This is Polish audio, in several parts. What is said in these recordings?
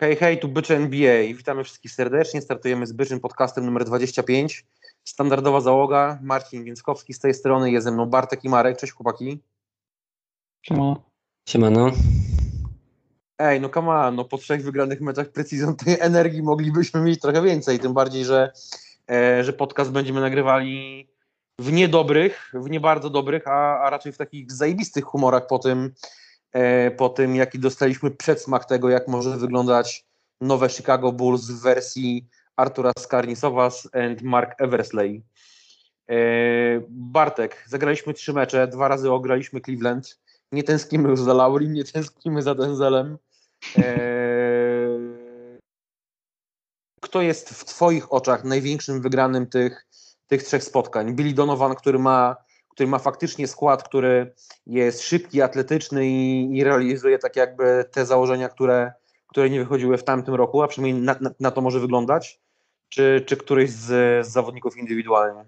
Hej, hej, tu Bycze NBA. Witamy wszystkich serdecznie. Startujemy z Byczym podcastem numer 25. Standardowa załoga. Marcin Więckowski z tej strony. Jest ze mną Bartek i Marek. Cześć chłopaki. Siema. Siemano. Ej, no come on, no po 3 wygranych meczach Precision tej energii moglibyśmy mieć trochę więcej. Tym bardziej, że podcast będziemy nagrywali w nie bardzo dobrych, a raczej w takich zajebistych humorach po tym, jaki dostaliśmy przedsmak tego, jak może wyglądać nowe Chicago Bulls w wersji Artura Skarnisowas and Mark Eversley. Bartek, zagraliśmy 3 mecze, 2 razy ograliśmy Cleveland. Nie tęsknimy już za Lauri, nie tęsknimy za Denzelem. Kto jest w twoich oczach największym wygranym tych 3 spotkań? Billy Donovan, który ma faktycznie skład, który jest szybki, atletyczny i realizuje tak jakby te założenia, które nie wychodziły w tamtym roku, a przynajmniej na to może wyglądać, czy któryś z zawodników indywidualnie?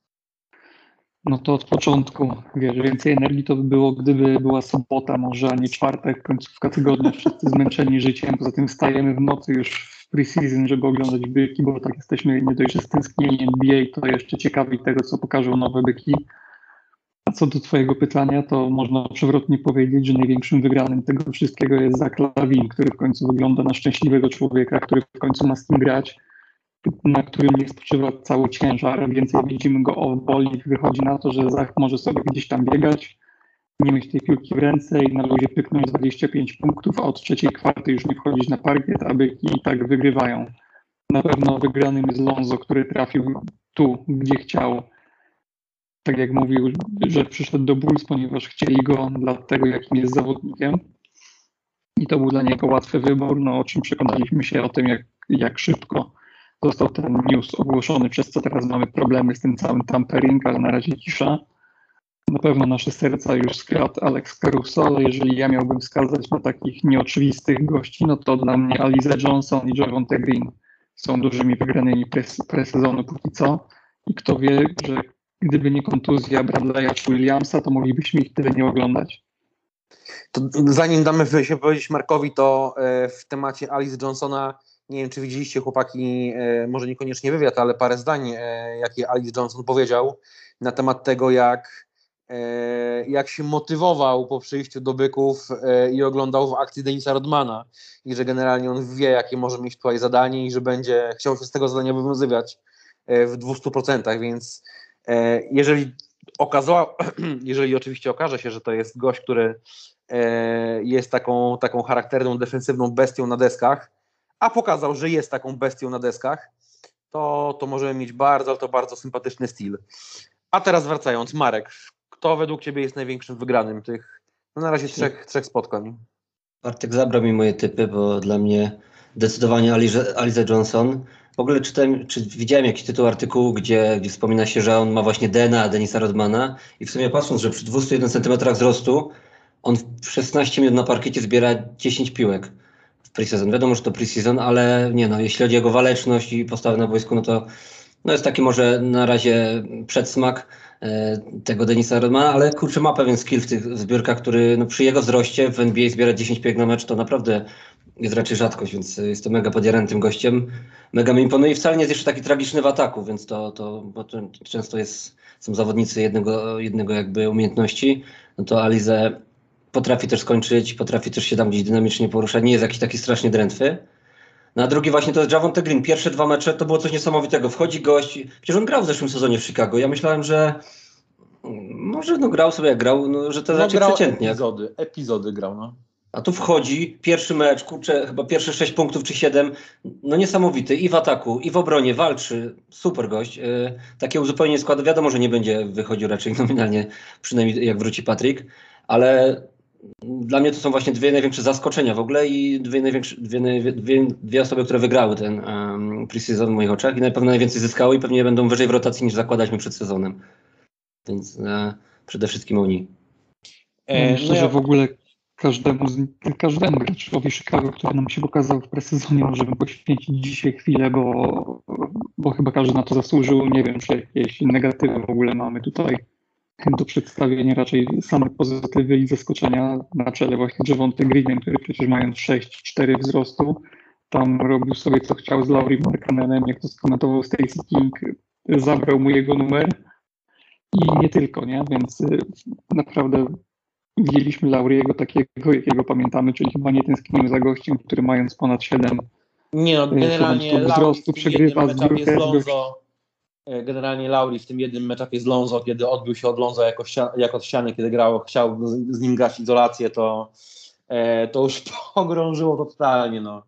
No to od początku, wiesz, więcej energii to by było, gdyby była sobota może, a nie czwartek, końcówka tygodnia, wszyscy zmęczeni życiem, poza tym wstajemy w nocy już w pre-season, żeby oglądać byki, bo tak jesteśmy nie dość, że stęsknieni NBA, to jeszcze ciekawi tego, co pokażą nowe byki. A co do twojego pytania, to można przewrotnie powiedzieć, że największym wygranym tego wszystkiego jest Zach LaVine, który w końcu wygląda na szczęśliwego człowieka, który w końcu ma z kim grać, na którym nie spoczywa cały ciężar. Więcej widzimy go off-ball i wychodzi na to, że Zach może sobie gdzieś tam biegać, nie mieć tej piłki w ręce i na luzie pyknąć 25 punktów, a od trzeciej kwarty już nie wchodzić na parkiet, a byki i tak wygrywają. Na pewno wygranym jest Lonzo, który trafił tu, gdzie chciał. Tak jak mówił, że przyszedł do Bulls, ponieważ chcieli go dla tego, jakim jest zawodnikiem. I to był dla niego łatwy wybór, no o czym przekonaliśmy się o tym, jak szybko został ten news ogłoszony, przez co teraz mamy problemy z tym całym tampering, ale na razie cisza. Na pewno nasze serca już skradł Alex Caruso, ale jeżeli ja miałbym wskazać na takich nieoczywistych gości, no to dla mnie Alize Johnson i Javonte Green są dużymi wygranymi presezonu póki co. I kto wie, że gdyby nie kontuzja Bradley'a czy Williamsa, to moglibyśmy ich tyle nie oglądać. To zanim damy się powiedzieć Markowi, to w temacie Alice Johnsona, nie wiem, czy widzieliście chłopaki, może niekoniecznie wywiad, ale parę zdań, jakie Alice Johnson powiedział na temat tego, jak się motywował po przyjściu do byków i oglądał w akcji Denisa Rodmana i że generalnie on wie, jakie może mieć tutaj zadanie i że będzie chciał się z tego zadania wywiązywać w 200%, więc jeżeli oczywiście okaże się, że to jest gość, który jest taką charakterną, defensywną bestią na deskach, a pokazał, że jest taką bestią na deskach, to możemy mieć bardzo sympatyczny styl. A teraz wracając, Marek, kto według ciebie jest największym wygranym tych, no na razie trzech spotkań? Bartek zabrał mi moje typy, bo dla mnie zdecydowanie Alize Johnson. W ogóle widziałem jakiś tytuł artykułu, gdzie wspomina się, że on ma właśnie DNA Denisa Rodmana i w sumie patrząc, że przy 201 cm wzrostu on w 16 minut na parkiecie zbiera 10 piłek w pre-season. Wiadomo, że to pre-season, ale nie no, jeśli chodzi o jego waleczność i postawę na boisku, no to jest taki może na razie przedsmak tego Denisa Rodmana, ale kurczę, ma pewien skill w tych zbiórkach, który przy jego wzroście w NBA zbierać 10 piłek na mecz to naprawdę jest raczej rzadkość, więc jest to mega podjarany tym gościem. Mega mi imponuje i wcale nie jest jeszcze taki tragiczny w ataku, więc bo to często są zawodnicy jednego jakby umiejętności, no to Alize potrafi też skończyć, potrafi też się tam gdzieś dynamicznie poruszać, nie jest jakiś taki strasznie drętwy. Na drugi właśnie to jest Javonte Green. Pierwsze 2 mecze to było coś niesamowitego. Wchodzi gość, przecież on grał w zeszłym sezonie w Chicago. Ja myślałem, że może grał sobie jak grał, że to raczej przeciętnie. Epizody grał, no. A tu wchodzi, pierwszy mecz, kurczę, chyba pierwsze 6 punktów czy 7, no niesamowity i w ataku, i w obronie, walczy, super gość. Takie uzupełnienie składu, wiadomo, że nie będzie wychodził raczej nominalnie, przynajmniej jak wróci Patrick, ale dla mnie to są właśnie 2 największe zaskoczenia w ogóle i dwie osoby, które wygrały ten pre-season w moich oczach i na pewno najwięcej zyskały i pewnie będą wyżej w rotacji niż zakładaliśmy przed sezonem. Więc przede wszystkim oni. Myślę, że w ogóle każdemu graczowi Chicago, który nam się pokazał w presezonie, możemy poświęcić dzisiaj chwilę, bo chyba każdy na to zasłużył. Nie wiem, czy jakieś negatywy w ogóle mamy tutaj do przedstawienia, raczej same pozytywy i zaskoczenia na czele właśnie Javonte Greenem, który przecież mając 6,4 wzrostu tam robił sobie co chciał z Lauri Markkanenem, jak to skomentował Stacey King, zabrał mu jego numer i nie tylko, nie? Więc naprawdę widzieliśmy Lauriego takiego, jakiego pamiętamy, czyli chyba nie tęsknimy za gościem, który mając ponad 7 Nie no, generalnie stóp Lauri wzrostu w tym przegrywa jednym z meczapie z Dziurkę. Lonzo. Generalnie Lauri w tym jednym meczapie z Lonzo, kiedy odbił się od Lonzo jak od ściany, kiedy chciał z nim grać izolację, to już pogrążyło to totalnie. No.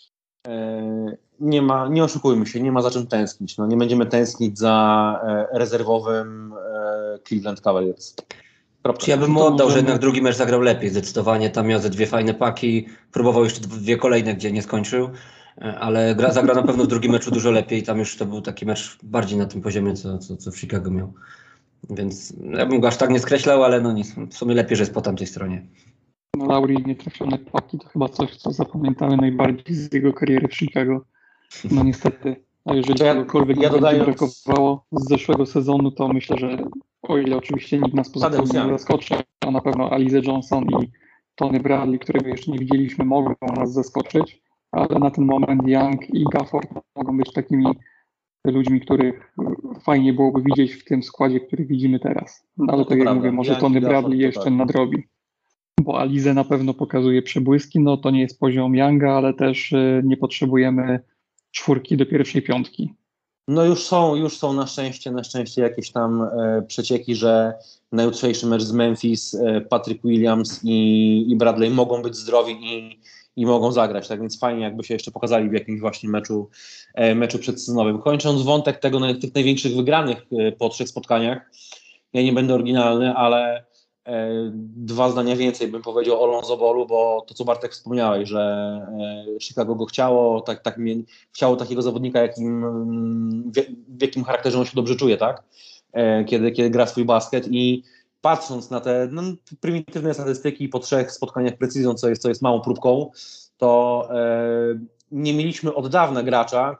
Nie oszukujmy się, nie ma za czym tęsknić. No, nie będziemy tęsknić za rezerwowym Cleveland Cavaliers. Czy ja bym mu oddał, że jednak drugi mecz zagrał lepiej zdecydowanie, tam miał ze 2 fajne paki, próbował jeszcze 2 kolejne, gdzie nie skończył, ale zagrał na pewno w drugim meczu dużo lepiej, tam już to był taki mecz bardziej na tym poziomie, co w Chicago miał. Więc ja bym go aż tak nie skreślał, ale no nic, w sumie lepiej, że jest po tamtej stronie. No, Lauri nietrafione paki to chyba coś, co zapamiętamy najbardziej z jego kariery w Chicago. No niestety, a jeżeli czegokolwiek będzie brakowało z zeszłego sezonu, to myślę, że o ile oczywiście nikt nas poza tym nie zaskoczy, to na pewno Alize Johnson i Tony Bradley, którego jeszcze nie widzieliśmy, mogą nas zaskoczyć, ale na ten moment Young i Gafford mogą być takimi ludźmi, których fajnie byłoby widzieć w tym składzie, który widzimy teraz. No, ale tak jak mówię, może Tony Bradley jeszcze nadrobi. Bo Alize na pewno pokazuje przebłyski, no to nie jest poziom Younga, ale też nie potrzebujemy 4 do pierwszej 5. No już są na szczęście jakieś tam przecieki, że na jutrzejszy mecz z Memphis Patrick Williams i Bradley mogą być zdrowi i mogą zagrać, tak więc fajnie jakby się jeszcze pokazali w jakimś właśnie meczu przedsezonowym. Kończąc wątek tych największych wygranych po 3 spotkaniach, ja nie będę oryginalny, ale 2 zdania więcej bym powiedział o Lonzo Ballu, bo to, co Bartek wspomniałeś, że Chicago go chciało, chciało takiego zawodnika, w jakim charakterze on się dobrze czuje, tak? Kiedy gra swój basket i patrząc na te prymitywne statystyki po 3 spotkaniach precyzją, co jest małą próbką, to nie mieliśmy od dawna gracza,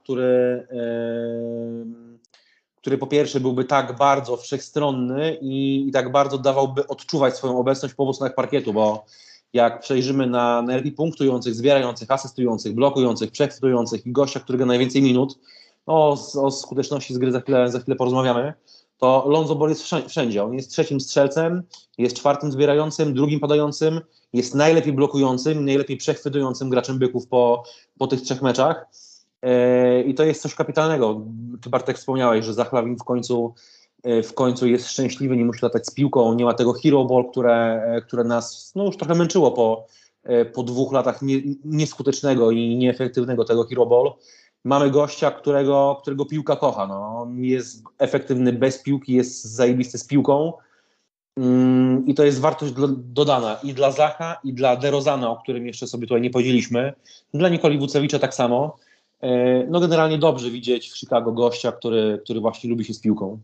który po pierwsze byłby tak bardzo wszechstronny i tak bardzo dawałby odczuwać swoją obecność po obu stronach parkietu, bo jak przejrzymy na najlepiej punktujących, zbierających, asystujących, blokujących, przechwytujących i gościa, który gra najwięcej minut, o skuteczności z gry za chwilę porozmawiamy, to Lonzo Ball jest wszędzie. On jest 3. strzelcem, jest 4. zbierającym, 2. padającym, jest najlepiej blokującym, najlepiej przechwytującym graczem byków po tych 3 meczach. I to jest coś kapitalnego. Ty, Bartek, wspomniałeś, że Zachlawin w końcu jest szczęśliwy, nie musi latać z piłką, nie ma tego hero ball, które nas już trochę męczyło po 2 latach nieskutecznego i nieefektywnego tego hero ball. Mamy gościa, którego piłka kocha. No. On jest efektywny bez piłki, jest zajebisty z piłką. I to jest wartość dodana i dla Zacha, i dla DeRozana, o którym jeszcze sobie tutaj nie powiedzieliśmy. Dla Nikoli Wucewicza tak samo. No generalnie dobrze widzieć w Chicago gościa, który właśnie lubi się z piłką.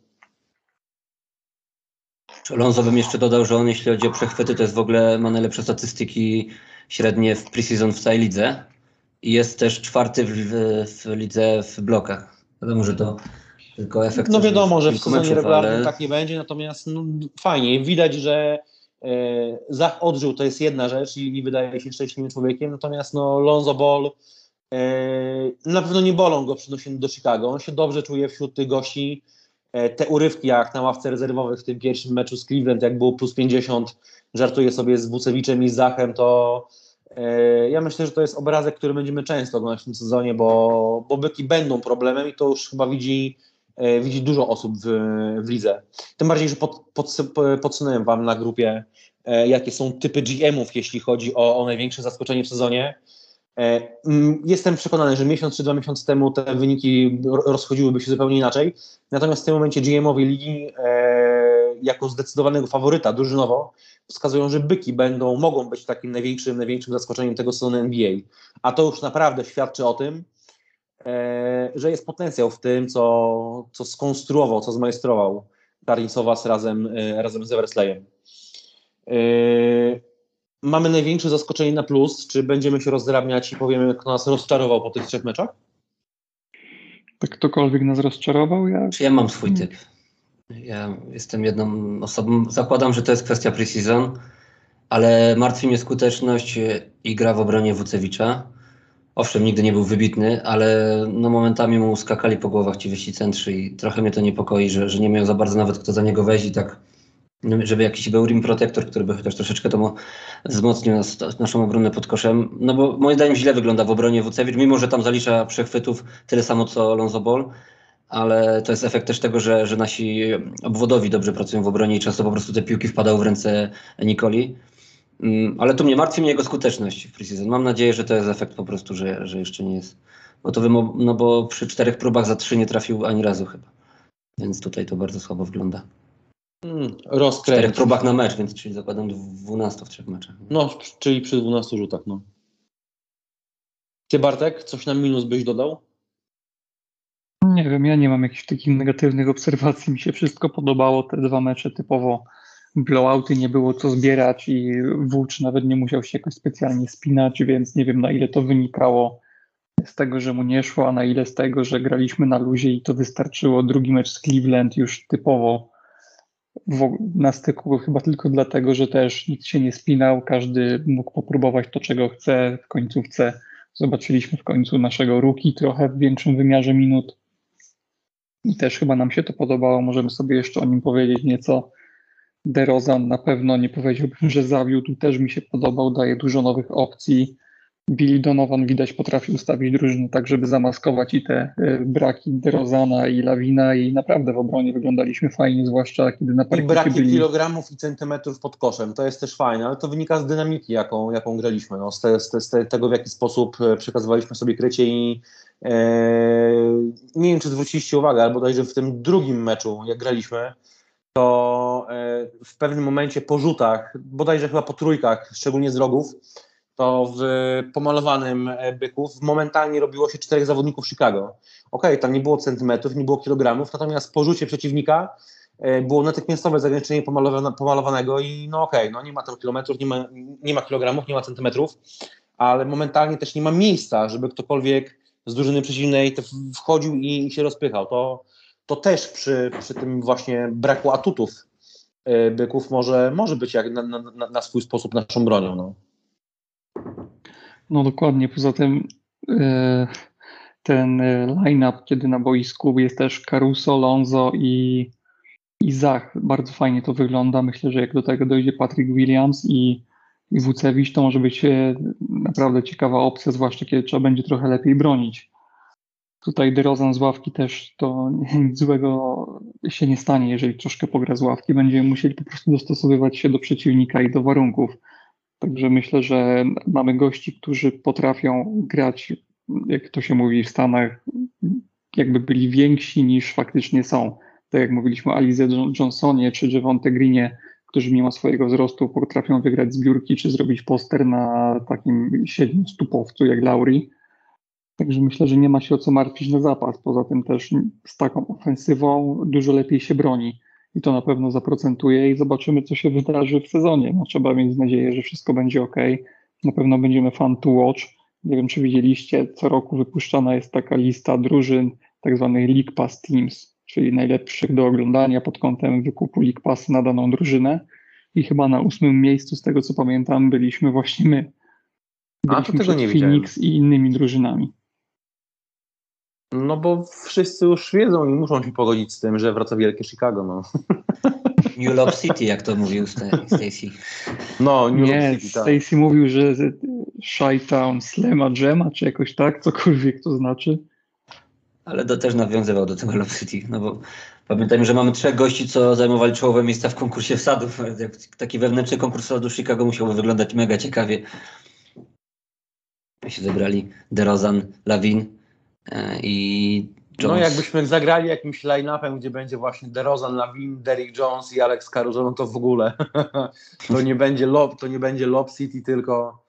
Lonzo bym jeszcze dodał, że on, jeśli chodzi o przechwyty, to jest w ogóle, ma najlepsze statystyki średnie w preseason w całej lidze i jest też 4. w lidze w blokach. Wiadomo, że to tylko efekt. No wiadomo, że w sezonie regularnym ale tak nie będzie, natomiast fajnie, widać, że Zach odżył, to jest jedna rzecz i wydaje się szczęśliwym człowiekiem, natomiast Lonzo Ball na pewno nie bolą go przenoszenie do Chicago. On się dobrze czuje wśród tych gości. Te urywki jak na ławce rezerwowych w tym pierwszym meczu z Cleveland, jak było plus 50, żartuje sobie z Wucewiczem i z Zachem, to ja myślę, że to jest obrazek, który będziemy często oglądać w tym sezonie, bo byki będą problemem i to już chyba widzi dużo osób w lidze. Tym bardziej, że podsunąłem wam na grupie, jakie są typy GM-ów, jeśli chodzi o największe zaskoczenie w sezonie. Jestem przekonany, że miesiąc czy 2 miesiące temu te wyniki rozchodziłyby się zupełnie inaczej. Natomiast w tym momencie GM-owie ligi jako zdecydowanego faworyta drużynowo wskazują, że byki mogą być takim największym zaskoczeniem tego sezonu NBA. A to już naprawdę świadczy o tym, że jest potencjał w tym, co skonstruował, co zmajstrował Darin Sovas razem z Eversleyem. Mamy największe zaskoczenie na plus. Czy będziemy się rozdrabniać i powiemy, kto nas rozczarował po tych 3 meczach? Tak ktokolwiek nas rozczarował? Ja mam swój typ. Ja jestem jedną osobą. Zakładam, że to jest kwestia preseason, ale martwi mnie skuteczność i gra w obronie Wucewicza. owszem, nigdy nie był wybitny, ale no momentami mu skakali po głowach ci wyżsi centrzy i trochę mnie to niepokoi, że nie miał za bardzo nawet kto za niego wejść i tak, żeby jakiś był rim protector, który by chociaż troszeczkę to wzmocnił naszą obronę pod koszem. No bo moim zdaniem źle wygląda w obronie Wucewicz, mimo że tam zalicza przechwytów tyle samo co Lonzo Ball, ale to jest efekt też tego, że nasi obwodowi dobrze pracują w obronie i często po prostu te piłki wpadały w ręce Nikoli. Ale tu mnie martwi jego skuteczność w preseason. Mam nadzieję, że to jest efekt po prostu, że jeszcze nie jest. Bo to no bo przy 4 próbach za 3 nie trafił ani razu chyba. Więc tutaj to bardzo słabo wygląda. 4 próbach na mecz, więc czyli zakładam 12 w 3 meczach. No, czyli przy 12 rzutach, no. Ty, Bartek, coś na minus byś dodał? Nie wiem, ja nie mam jakichś takich negatywnych obserwacji. Mi się wszystko podobało. Te 2 mecze typowo blowouty, nie było co zbierać i Włócz nawet nie musiał się jakoś specjalnie spinać, więc nie wiem, na ile to wynikało z tego, że mu nie szło, a na ile z tego, że graliśmy na luzie i to wystarczyło. Drugi mecz z Cleveland już typowo na styku, chyba tylko dlatego, że też nikt się nie spinał, każdy mógł popróbować to, czego chce. W końcówce zobaczyliśmy w końcu naszego rookie trochę w większym wymiarze minut i też chyba nam się to podobało. Możemy sobie jeszcze o nim powiedzieć nieco. DeRozan na pewno nie powiedziałbym, że zawiódł, też mi się podobał, daje dużo nowych opcji. Billy Donovan widać potrafi ustawić drużynę tak, żeby zamaskować i te braki DeRozana i Lavina i naprawdę w obronie wyglądaliśmy fajnie, zwłaszcza kiedy na parkiecie braki byli. kilogramów i centymetrów pod koszem, to jest też fajne, ale to wynika z dynamiki, jaką graliśmy, no, z tego, w jaki sposób przekazywaliśmy sobie krycie i nie wiem, czy zwróciliście uwagę, albo bodajże w tym drugim meczu, jak graliśmy, to w pewnym momencie po rzutach, bodajże chyba po trójkach, szczególnie z rogów, to w pomalowanym Byków momentalnie robiło się 4 zawodników Chicago. Okej, tam nie było centymetrów, nie było kilogramów, natomiast po rzucie przeciwnika było natychmiastowe zagraniczenie pomalowanego i no no nie ma tam kilometrów, nie ma kilogramów, nie ma centymetrów, ale momentalnie też nie ma miejsca, żeby ktokolwiek z drużyny przeciwnej wchodził i się rozpychał. To też przy tym właśnie braku atutów Byków może być jak na swój sposób naszą bronią. No dokładnie, poza tym ten line-up, kiedy na boisku jest też Caruso, Lonzo i Zach, bardzo fajnie to wygląda. Myślę, że jak do tego dojdzie Patrick Williams i Wucewicz, to może być naprawdę ciekawa opcja, zwłaszcza kiedy trzeba będzie trochę lepiej bronić. Tutaj DeRozan z ławki też to nic złego się nie stanie, jeżeli troszkę pogra z ławki. Będziemy musieli po prostu dostosowywać się do przeciwnika i do warunków. Także myślę, że mamy gości, którzy potrafią grać, jak to się mówi w Stanach, jakby byli więksi niż faktycznie są. Tak jak mówiliśmy o Alize Johnsonie czy Javonte Greenie, którzy mimo swojego wzrostu potrafią wygrać zbiórki czy zrobić poster na takim 7-stupowcu jak Lauri. Także myślę, że nie ma się o co martwić na zapas. Poza tym też z taką ofensywą dużo lepiej się broni. I to na pewno zaprocentuje i zobaczymy, co się wydarzy w sezonie. No, trzeba mieć nadzieję, że wszystko będzie ok. Na pewno będziemy fun to watch. Nie wiem, czy widzieliście, co roku wypuszczana jest taka lista drużyn, tak zwanych League Pass Teams, czyli najlepszych do oglądania pod kątem wykupu League Passu na daną drużynę. I chyba na 8. miejscu, z tego co pamiętam, byliśmy właśnie my. Byliśmy tego przed nie Phoenix i innymi drużynami. No bo wszyscy już wiedzą i muszą się pogodzić z tym, że wraca wielkie Chicago. No. New Lob City, jak to mówił Stacey. No, New Nie, York City, tak. Stacey mówił, że Chi-Town Slema Dżema, czy jakoś tak, cokolwiek to znaczy. Ale to też nawiązywał do tego Lob City, no bo pamiętajmy, że mamy 3 gości, co zajmowali czołowe miejsca w konkursie wsadów. Taki wewnętrzny konkurs wsadu Chicago musiałby wyglądać mega ciekawie. Się zebrali DeRozan, Lavin i Jones. No jakbyśmy zagrali jakimś line-upem, gdzie będzie właśnie DeRozan, Lavin, Derrick Jones i Alex Caruso, no to w ogóle to nie będzie Lob City, tylko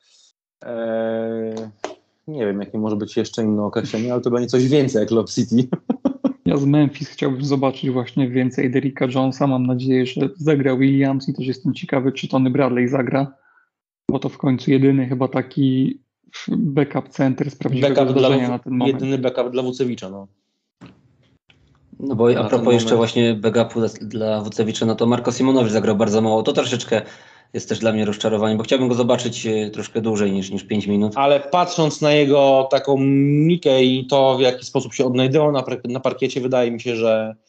nie wiem, jakie może być jeszcze inne określenie, ale to będzie coś więcej jak Lob City. Ja z Memphis chciałbym zobaczyć właśnie więcej Derricka Jonesa. Mam nadzieję, że zagra Williams i też jestem ciekawy, czy Tony Bradley zagra, bo to w końcu jedyny chyba taki backup center z prawdziwego zdarzenia na ten moment. Jedyny backup dla Wucewicza, no. No bo a propos jeszcze właśnie backupu dla Wucewicza, no to Marko Simonowicz zagrał bardzo mało. To troszeczkę jest też dla mnie rozczarowaniem, bo chciałbym go zobaczyć troszkę dłużej niż 5 minut. Ale patrząc na jego taką mikę i to, w jaki sposób się odnajdywał na parkiecie, wydaje mi się,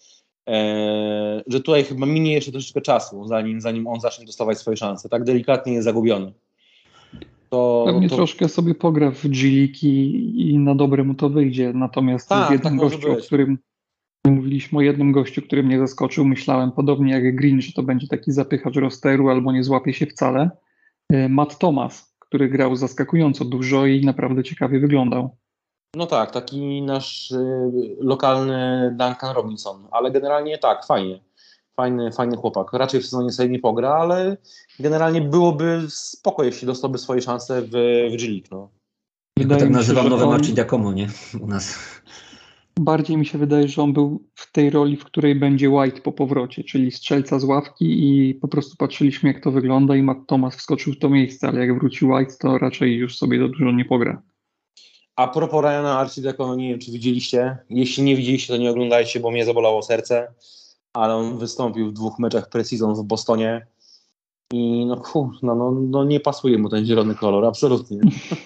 że tutaj chyba minie jeszcze troszeczkę czasu, zanim on zacznie dostawać swoje szanse. Tak delikatnie jest zagubiony. Pewnie troszkę sobie pogra w G-League i na dobre mu to wyjdzie. Natomiast tak, jest jeden tak może gościu, o być. którym mówiliśmy, o jednym gościu, który mnie zaskoczył. Myślałem podobnie jak Green, że to będzie taki zapychacz rosteru albo nie złapie się wcale. Matt Thomas, który grał zaskakująco dużo i naprawdę ciekawie wyglądał. No tak, taki nasz lokalny Duncan Robinson, ale generalnie tak, fajnie. Fajny chłopak. Raczej w sezonie sobie nie pogra, ale generalnie byłoby spoko, jeśli dostałby swoje szanse w G-League. No. Ja tak nazywam nowy Marcin Diakomo, nie? U nas. Bardziej mi się wydaje, że on był w tej roli, w której będzie White po powrocie, czyli strzelca z ławki i po prostu patrzyliśmy, jak to wygląda i Matt Thomas wskoczył w to miejsce, ale jak wrócił White, to raczej już sobie za dużo nie pogra. A propos Ryana Arcidiakono, nie wiem, czy widzieliście. Jeśli nie widzieliście, to nie oglądajcie, bo mnie zabolało serce. Ale on wystąpił w 2 meczach pre-season w Bostonie i no nie pasuje mu ten zielony kolor, absolutnie.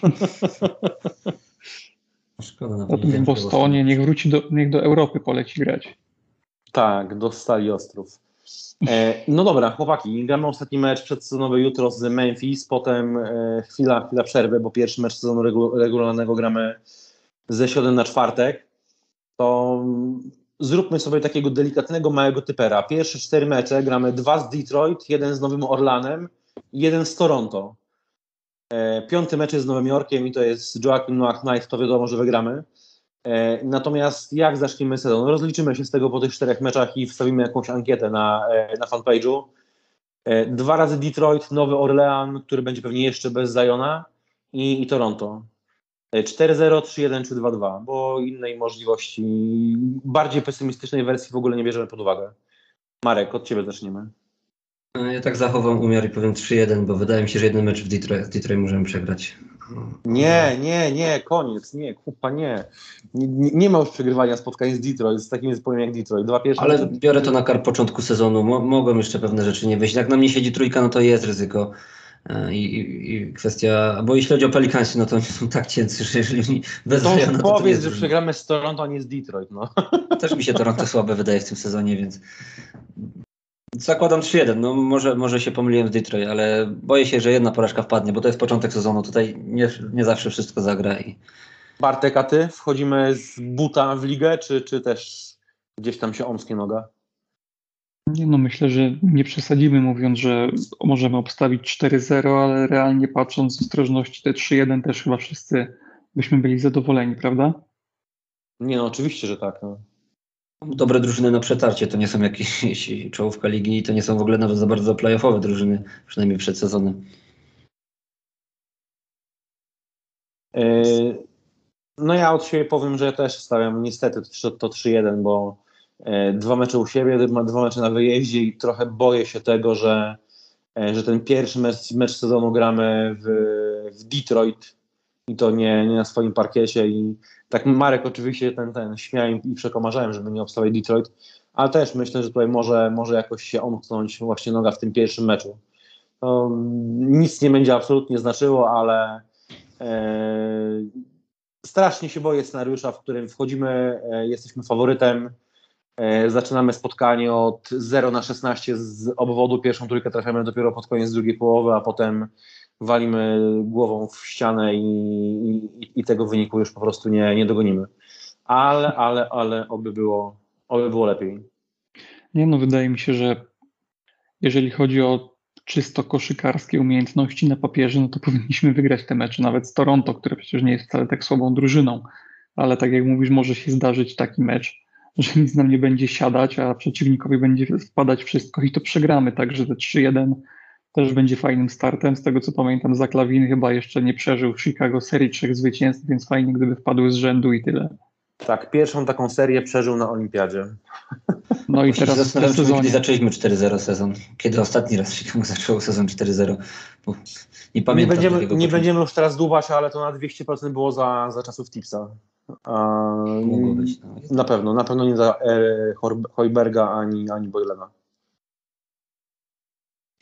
Szkoda, W Bostonie, niech do Europy poleci grać. Tak, do Stali Ostrów. No dobra, chłopaki, gramy ostatni mecz przedsezonowy jutro z Memphis, potem chwila przerwy, bo pierwszy mecz sezonu regularnego gramy ze środy na czwartek. To zróbmy sobie takiego delikatnego, małego typera. Pierwsze 4 mecze gramy 2 z Detroit, 1 z Nowym Orlanem i 1 z Toronto. 5. mecz jest z Nowym Jorkiem i to jest Joakim Noah Knight, to wiadomo, że wygramy. Natomiast jak zaczniemy sezon? Rozliczymy się z tego po tych 4 meczach i wstawimy jakąś ankietę na fanpage'u. 2 razy Detroit, Nowy Orlean, który będzie pewnie jeszcze bez Ziona i Toronto. 4-0, 3-1 czy 2-2, bo innej możliwości, bardziej pesymistycznej wersji w ogóle nie bierzemy pod uwagę. Marek, od Ciebie zaczniemy. Ja tak zachowam umiar i powiem 3-1, bo wydaje mi się, że jeden mecz w Detroit możemy przegrać. Nie, koniec, nie, kupa, nie. Nie ma już przegrywania spotkań z Detroit, z takim zespołem jak Detroit. 2 pierwsze Ale mecze... biorę to na karp początku sezonu. Mogą jeszcze pewne rzeczy nie wyjść. Jak na mnie siedzi trójka, no to jest ryzyko. I kwestia, bo jeśli chodzi o Pelicansy, no to oni są tak cięcy, że jeżeli oni bez To Ziona, powiedz, że przegramy z Toronto, a nie z Detroit, no. Też mi się Toronto słabe wydaje w tym sezonie, więc zakładam 3-1. No może się pomyliłem z Detroit, ale boję się, że jedna porażka wpadnie, bo to jest początek sezonu. Tutaj nie zawsze wszystko zagra. Bartek, a Ty? Wchodzimy z buta w ligę, czy też gdzieś tam się omskie noga? Nie no, myślę, że nie przesadzimy mówiąc, że możemy obstawić 4-0, ale realnie patrząc z ostrożności te 3-1 też chyba wszyscy byśmy byli zadowoleni, prawda? Nie no, oczywiście, że tak. No. Dobre drużyny na przetarcie, to nie są jakieś czołówka ligi i to nie są w ogóle nawet za bardzo playoffowe drużyny, przynajmniej przed sezonem. No ja od siebie powiem, że ja też stawiam niestety to 3-1, bo 2 mecze u siebie, 2 mecze na wyjeździe i trochę boję się tego, że ten pierwszy mecz sezonu gramy w Detroit i to nie na swoim parkiecie i tak Marek oczywiście ten śmiałem i przekomarzałem, żeby nie obstawiać Detroit, ale też myślę, że tutaj może jakoś się omknąć właśnie noga w tym pierwszym meczu. To nic nie będzie absolutnie znaczyło, ale strasznie się boję scenariusza, w którym wchodzimy, jesteśmy faworytem, zaczynamy spotkanie od 0-16 z obwodu, pierwszą trójkę trafiamy dopiero pod koniec drugiej połowy, a potem walimy głową w ścianę i tego wyniku już po prostu nie dogonimy. Ale oby było lepiej. Nie no, wydaje mi się, że jeżeli chodzi o czysto koszykarskie umiejętności na papierze, no to powinniśmy wygrać te mecze, nawet z Toronto, które przecież nie jest wcale tak słabą drużyną, ale tak jak mówisz, może się zdarzyć taki mecz, że nic nam nie będzie siadać, a przeciwnikowi będzie wpadać wszystko i to przegramy, także te 3-1 też będzie fajnym startem. Z tego co pamiętam, Zach LaVine chyba jeszcze nie przeżył w Chicago serii 3 zwycięstw, więc fajnie gdyby wpadły z rzędu i tyle. Tak, pierwszą taką serię przeżył na Olimpiadzie. No i teraz zastanawiam się, sezonie. kiedy zaczęliśmy 4-0 sezon. Kiedy ostatni raz Chicago zaczęło sezon 4-0? Bo nie pamiętam. Nie będziemy już teraz dłubać, ale to na 200% było za czasów Tipsa. Mogło być. No. Na pewno nie za Hoiberga ani Boylena.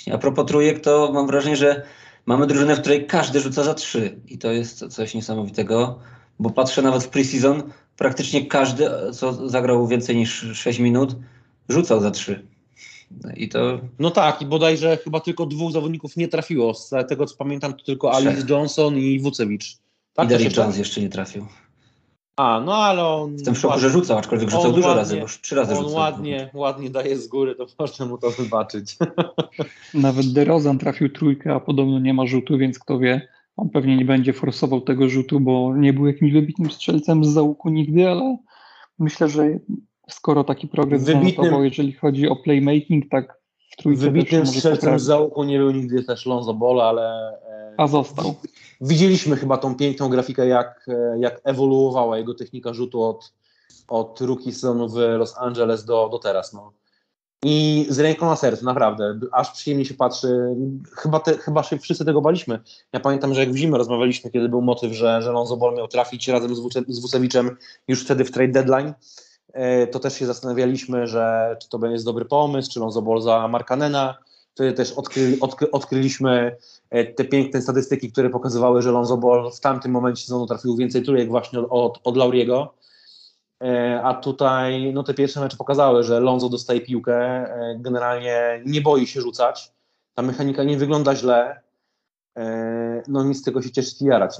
A propos trójek, to mam wrażenie, że mamy drużynę, w której każdy rzuca za 3 i to jest coś niesamowitego, bo patrzę nawet w preseason, praktycznie każdy, co zagrał więcej niż 6 minut, rzucał za 3. I to No tak, i bodajże chyba tylko 2 zawodników nie trafiło. Z tego co pamiętam, to tylko 3. Alice Johnson i Wucewicz. I Tak, Derrick jeszcze? Jones jeszcze nie trafił. No ale on Jestem w szoku, że rzucał, aczkolwiek rzucał dużo razy, bo już 3 razy on rzucał. ładnie daje z góry, to można mu to wybaczyć. Nawet DeRozan trafił trójkę, a podobno nie ma rzutu, więc kto wie, on pewnie nie będzie forsował tego rzutu, bo nie był jakimś wybitnym strzelcem z załuku nigdy, ale myślę, że skoro taki progres zanotował, jeżeli chodzi o playmaking, tak w trójce Wybitnym też może strzelcem poprawić. z załuku nie był nigdy też Lonzo Ball, ale A został. widzieliśmy chyba tą piękną grafikę, jak ewoluowała jego technika rzutu od rookie sezonu w Los Angeles do teraz. No. I z ręką na sercu, naprawdę, aż przyjemnie się patrzy. Chyba się wszyscy tego baliśmy. Ja pamiętam, że jak w zimę rozmawialiśmy, kiedy był motyw, że Lonzo Ball miał trafić razem z Wucewiczem już wtedy w trade deadline, to też się zastanawialiśmy, że czy to jest dobry pomysł, czy Lonzo Ball za Markkanena. Wtedy też odkryliśmy te piękne statystyki, które pokazywały, że Lonzo Ball w tamtym momencie sezonu trafił więcej trójek właśnie od Lauriego. A tutaj te pierwsze mecze pokazały, że Lonzo dostaje piłkę, generalnie nie boi się rzucać, ta mechanika nie wygląda źle, nic z tego się cieszyć i jarać.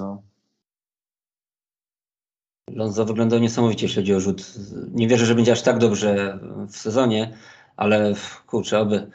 Lonzo wyglądał niesamowicie, jeśli chodzi o rzut. Nie wierzę, że będzie aż tak dobrze w sezonie, ale kurczę, oby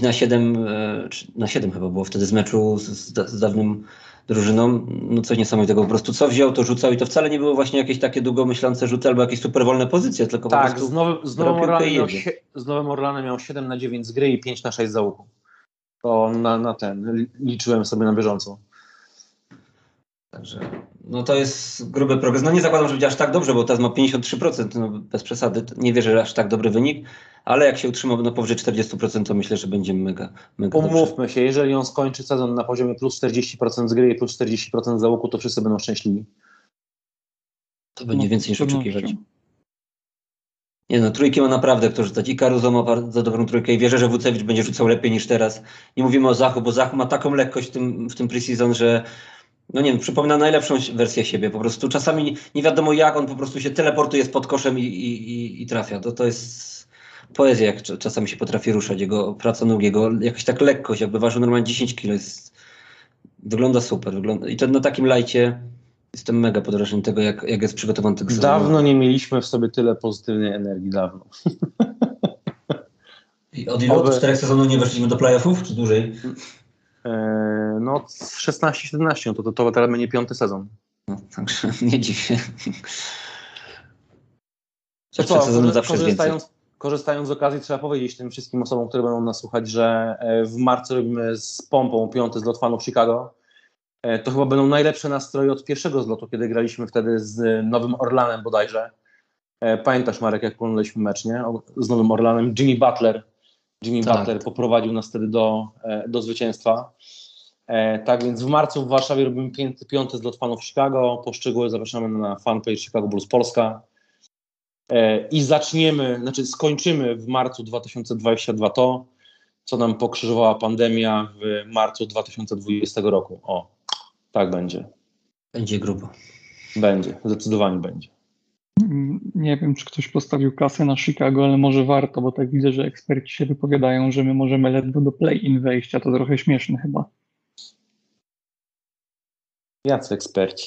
5/7 chyba było wtedy z meczu z dawnym drużyną, coś niesamowitego. Po prostu co wziął, to rzucał i to wcale nie były właśnie jakieś takie długo myślące rzuty albo jakieś super wolne pozycje, tylko Tak, po prostu z Nowym Orlanem miał 7/9 z gry i 5/6 z załuku. To liczyłem sobie na bieżąco. Także to jest gruby progres. Nie zakładam, że będzie aż tak dobrze, bo teraz ma 53%, bez przesady. Nie wierzę, że aż tak dobry wynik, ale jak się utrzyma powyżej 40%, to myślę, że będzie mega dobrze. Umówmy się, jeżeli on skończy sezon na poziomie plus 40% z gry i plus 40% z załuku, to wszyscy będą szczęśliwi. To będzie więcej niż oczekiwać. Trójki ma naprawdę kto rzucać. I Caruso ma bardzo dobrą trójkę i wierzę, że Wucewicz będzie rzucał lepiej niż teraz. Nie mówimy o Zachu, bo Zach ma taką lekkość w tym preseason, że przypomina najlepszą wersję siebie. Po prostu czasami nie wiadomo jak on po prostu się teleportuje spod koszem i trafia. To jest poezja, jak czasami się potrafi ruszać. Jego praca nóg, jego jakaś tak lekkość, jakby ważył normalnie 10 kg. Wygląda super. I to na takim lajcie jestem mega pod wrażeniem tego, jak jest przygotowany tego sezonu. Dawno nie mieliśmy w sobie tyle pozytywnej energii, dawno. I od ilu? Od 4 sezonów nie weszliśmy do playoffów, czy dłużej? 16-17, to teraz będzie 5. sezon. Także nie dziw się. Korzystając z okazji, trzeba powiedzieć tym wszystkim osobom, które będą nas słuchać, że w marcu robimy z pompą 5. zlot fanów Chicago. To chyba będą najlepsze nastroje od pierwszego zlotu, kiedy graliśmy wtedy z Nowym Orlanem bodajże. Pamiętasz, Marek, jak oglądaliśmy mecz, nie? Z Nowym Orlanem. Jimmy Butler poprowadził nas wtedy do zwycięstwa. Tak więc w marcu w Warszawie robimy 5. zlot fanów Chicago. Po szczegóły zapraszamy na fanpage Chicago Bulls Polska. I skończymy w marcu 2022 to, co nam pokrzyżowała pandemia w marcu 2020 roku. Tak będzie. Będzie grubo. Będzie, zdecydowanie będzie. Nie wiem, czy ktoś postawił kasę na Chicago, ale może warto, bo tak widzę, że eksperci się wypowiadają, że my możemy ledwo do play-in wejść, a to trochę śmieszne chyba. Jacy eksperci?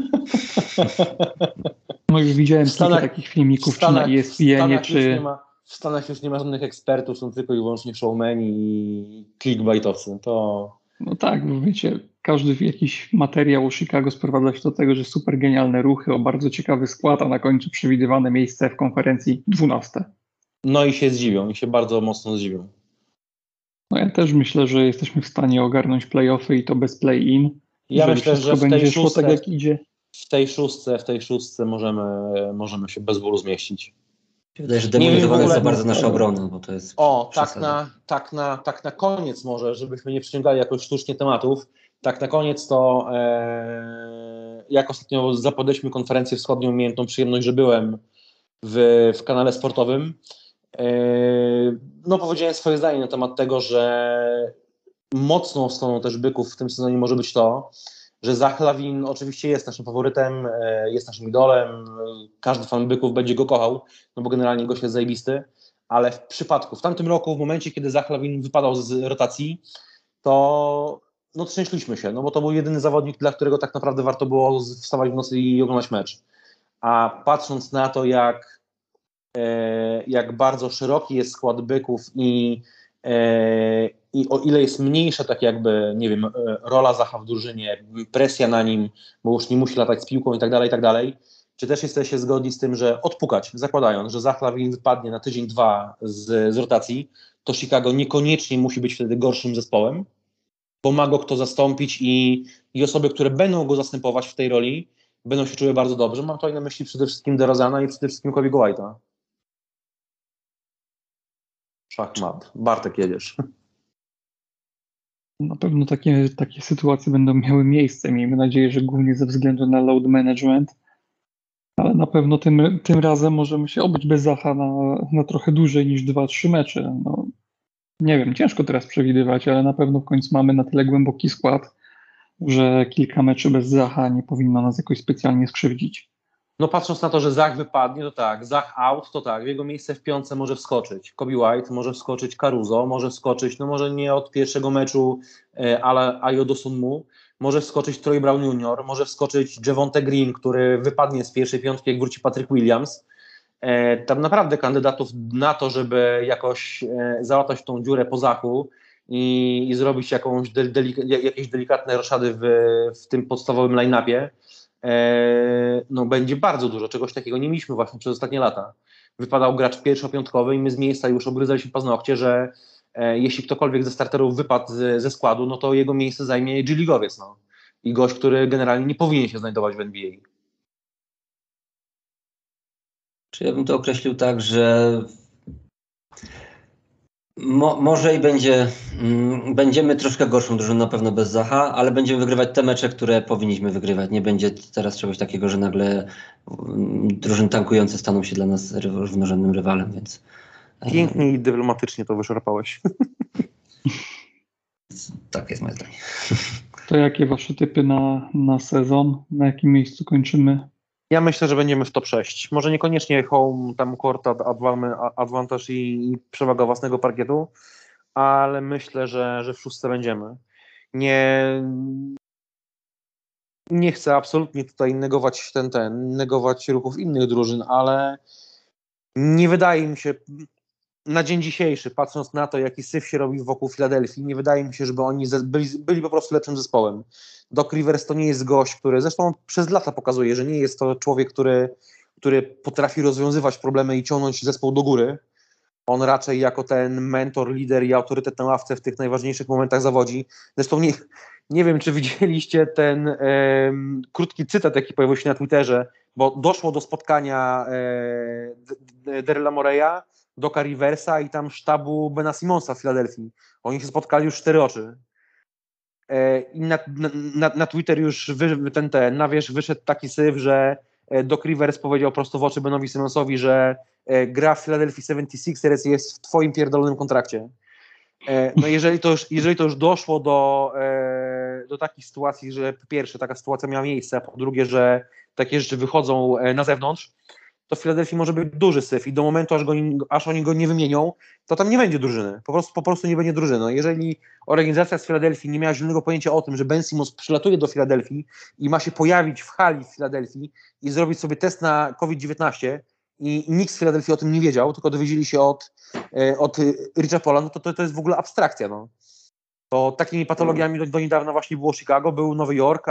Już widziałem kilka takich filmików, czy na ESPN-ie, czy... W Stanach już nie ma żadnych ekspertów, są tylko i wyłącznie showmeni i clickbaitowcy. No tak, bo wiecie, każdy jakiś materiał o Chicago sprowadza się do tego, że super genialne ruchy, o bardzo ciekawy skład, a na końcu przewidywane miejsce w konferencji 12. No i się zdziwią, i się bardzo mocno zdziwią. No ja też myślę, że jesteśmy w stanie ogarnąć play-offy i to bez play-in. Ja myślę, że będzie szło tak jak idzie. W tej szóstce możemy się bez bólu zmieścić. Wydaje się, że demonizowana jest za bardzo nasza obrona, bo to jest tak na koniec może, żebyśmy nie przyciągali jakoś sztucznie tematów, tak na koniec to jak ostatnio zapowiedzieliśmy konferencję wschodnią, miałem tą przyjemność, że byłem w kanale sportowym, powiedziałem swoje zdanie na temat tego, że mocną stroną też byków w tym sezonie może być to, że Zach Lavin oczywiście jest naszym faworytem, jest naszym idolem, każdy fan byków będzie go kochał, no bo generalnie gość jest zajebisty, ale w tamtym roku, w momencie, kiedy Zach Lavin wypadał z rotacji, to no trzęśliśmy się, no bo to był jedyny zawodnik, dla którego tak naprawdę warto było wstawać w nocy i oglądać mecz. A patrząc na to, jak bardzo szeroki jest skład byków i o ile jest mniejsza tak jakby, nie wiem, rola Zacha w drużynie, presja na nim, bo już nie musi latać z piłką i tak dalej, czy też jesteście zgodni z tym, że odpukać, zakładając, że Zach Lavin wypadnie na tydzień, dwa z rotacji, to Chicago niekoniecznie musi być wtedy gorszym zespołem, bo ma go kto zastąpić i osoby, które będą go zastępować w tej roli, będą się czuły bardzo dobrze. Mam tutaj na myśli przede wszystkim DeRozana i przede wszystkim Kobiego White'a. Szachmat. Bartek, jedziesz. Na pewno takie sytuacje będą miały miejsce. Miejmy nadzieję, że głównie ze względu na load management, ale na pewno tym razem możemy się obyć bez Zacha na trochę dłużej niż 2-3 mecze. No, nie wiem, ciężko teraz przewidywać, ale na pewno w końcu mamy na tyle głęboki skład, że kilka meczy bez Zacha nie powinno nas jakoś specjalnie skrzywdzić. No patrząc na to, że Zach wypadnie, to tak, Zach out, to tak, w jego miejsce w piątce może wskoczyć Kobe White, może wskoczyć Caruso, może wskoczyć, no może nie od pierwszego meczu, ale Ayo Dosunmu, może wskoczyć Troy Brown Jr., może wskoczyć Javonte Green, który wypadnie z pierwszej piątki, jak wróci Patrick Williams. Tam naprawdę kandydatów na to, żeby jakoś załatać tą dziurę po Zachu i zrobić jakieś delikatne roszady w tym podstawowym line-upie, no będzie bardzo dużo, czegoś takiego nie mieliśmy właśnie przez ostatnie lata. Wypadał gracz pierwszopiątkowy i my z miejsca już obgryzaliśmy paznokcie, że jeśli ktokolwiek ze starterów wypadł ze składu, no to jego miejsce zajmie G-League'owiec, no. I gość, który generalnie nie powinien się znajdować w NBA. Czy ja bym to określił tak, że może i będziemy troszkę gorszą drużyną na pewno bez Zacha, ale będziemy wygrywać te mecze, które powinniśmy wygrywać. Nie będzie teraz czegoś takiego, że nagle drużyny tankujące staną się dla nas równorzędnym rywalem, więc... Pięknie i dyplomatycznie to wyszarpałeś. Tak jest moje zdanie. To jakie wasze typy na sezon? Na jakim miejscu kończymy? Ja myślę, że będziemy w top 6. Może niekoniecznie home, tam court advantage i przewaga własnego parkietu, ale myślę, że w szóstce będziemy. Nie chcę absolutnie tutaj negować ruchów innych drużyn, ale nie wydaje mi się, na dzień dzisiejszy, patrząc na to, jaki syf się robi wokół Filadelfii, nie wydaje mi się, żeby oni byli po prostu lepszym zespołem. Doc Rivers to nie jest gość, który zresztą przez lata pokazuje, że nie jest to człowiek, który potrafi rozwiązywać problemy i ciągnąć zespół do góry. On raczej jako ten mentor, lider i autorytet na ławce w tych najważniejszych momentach zawodzi. Zresztą nie wiem, czy widzieliście ten krótki cytat, jaki pojawił się na Twitterze, bo doszło do spotkania Daryla Moreya, Doca Riversa i tam sztabu Bena Simonsa w Filadelfii. Oni się spotkali już 4 oczy. I na Twitter już na wierzch wyszedł taki syf, że Doc Rivers powiedział prosto w oczy Benowi Simonsowi, że gra w Philadelphia 76ers jest w twoim pierdolonym kontrakcie. No jeżeli to już doszło do takich sytuacji, że po pierwsze taka sytuacja miała miejsce, a po drugie, że takie rzeczy wychodzą na zewnątrz, to w Filadelfii może być duży syf i do momentu, aż oni go nie wymienią, to tam nie będzie drużyny. Po prostu nie będzie drużyny. No, jeżeli organizacja z Filadelfii nie miała zielonego pojęcia o tym, że Ben Simmons przylatuje do Filadelfii i ma się pojawić w hali w Filadelfii i zrobić sobie test na COVID-19 i nikt z Filadelfii o tym nie wiedział, tylko dowiedzieli się od Richa Paula, no to jest w ogóle abstrakcja. No. To takimi patologiami do niedawna właśnie było Chicago, był Nowy Jork,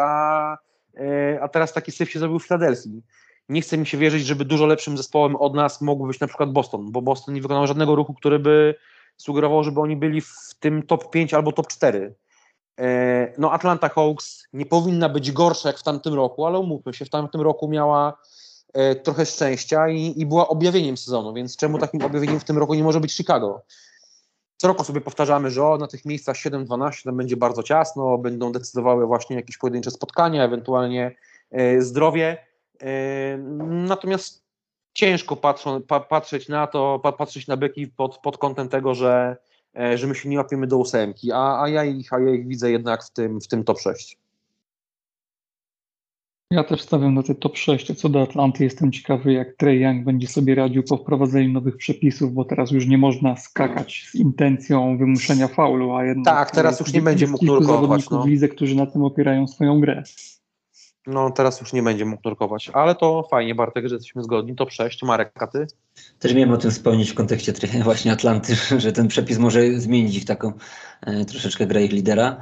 a teraz taki syf się zrobił w Filadelfii. Nie chce mi się wierzyć, żeby dużo lepszym zespołem od nas mógł być na przykład Boston, bo Boston nie wykonał żadnego ruchu, który by sugerował, żeby oni byli w tym top 5 albo top 4. No Atlanta Hawks nie powinna być gorsza jak w tamtym roku, ale umówmy się, w tamtym roku miała trochę szczęścia i była objawieniem sezonu, więc czemu takim objawieniem w tym roku nie może być Chicago? Co roku sobie powtarzamy, że na tych miejscach 7-12 tam będzie bardzo ciasno, będą decydowały właśnie jakieś pojedyncze spotkania, ewentualnie zdrowie. Natomiast ciężko patrzeć na to, patrzeć na byki pod kątem tego, że że my się nie łapiemy do 8, a ja ich widzę jednak w tym top 6. Ja też stawiam na te top 6, a co do Atlanty jestem ciekawy, jak Trae Young będzie sobie radził po wprowadzeniu nowych przepisów, bo teraz już nie można skakać z intencją wymuszenia faulu, a jednak Tak, teraz już nie będzie mógł kilku nurkować. zawodników w lidze, którzy na tym opierają swoją grę. No teraz już nie będzie mógł nurkować, ale to fajnie, Bartek, że jesteśmy zgodni. Top 6, Marek, a ty? Też miałem o tym wspomnieć w kontekście właśnie Atlanty, że ten przepis może zmienić ich taką troszeczkę grę ich lidera.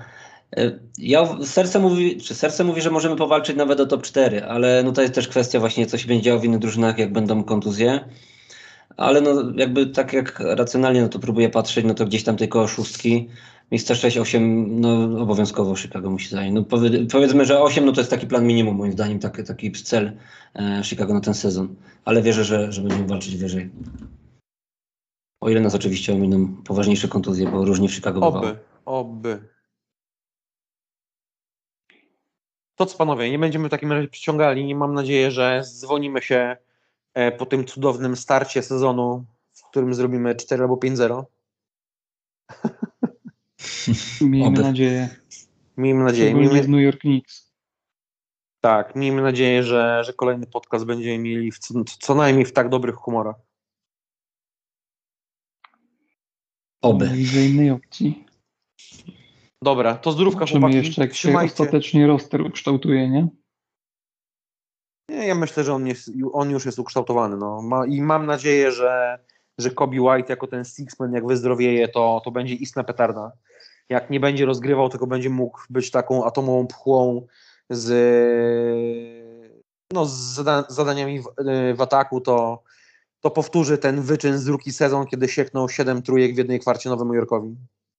Serce mówi, że możemy powalczyć nawet o top 4, ale no to jest też kwestia właśnie, co się będzie działo w innych drużynach, jak będą kontuzje. Ale no jakby tak jak racjonalnie no to próbuję patrzeć, no to gdzieś tam tej koło 6, miejsca 6-8, no obowiązkowo Chicago musi zająć. No powiedzmy, że 8 no to jest taki plan minimum moim zdaniem, taki cel Chicago na ten sezon. Ale wierzę, że będziemy walczyć wyżej. O ile nas oczywiście ominą poważniejsze kontuzje, bo różnie w Chicago bywało. Oby. To co, panowie, nie będziemy w takim razie przyciągali. Mam nadzieję, że dzwonimy się po tym cudownym starcie sezonu, w którym zrobimy 4 albo 5-0. Miejmy nadzieję. Szczególnie z New York Knicks. Tak, miejmy nadzieję, że kolejny podcast będziemy mieli co najmniej w tak dobrych humorach. Nie widzę innej opcji. Dobra, to zdrówka, zobaczymy chłopaki. jeszcze, jak się ostatecznie roster ukształtuje, nie? Nie, ja myślę, że on już jest ukształtowany. No. I mam nadzieję, że Kobe White jako ten sixman, jak wyzdrowieje, to będzie istna petarda. Jak nie będzie rozgrywał, tylko będzie mógł być taką atomową pchłą z zadaniami w ataku, to powtórzy ten wyczyn z rookie sezon, kiedy sieknął 7 trójek w jednej kwarcie Nowemu Jorkowi.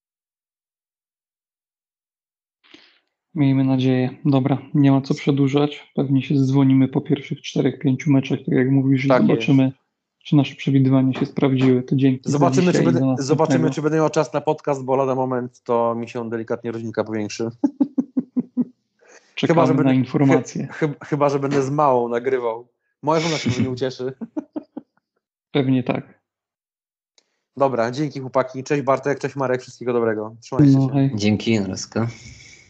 Miejmy nadzieję. Dobra, nie ma co przedłużać. Pewnie się zdzwonimy po pierwszych 4-5 meczach, tak jak mówisz, i zobaczymy, czy nasze przewidywania się sprawdziły. To dzięki. Zobaczymy, czy będę miał czas na podcast, bo lada moment to mi się delikatnie rodzinka powiększy. Czekamy na informacje. Chyba, że będę z małą nagrywał. Moja żona się nie ucieszy. Pewnie tak. Dobra, dzięki chłopaki. Cześć Bartek, cześć Marek, wszystkiego dobrego. Trzymajcie się. Dzięki, Narazka.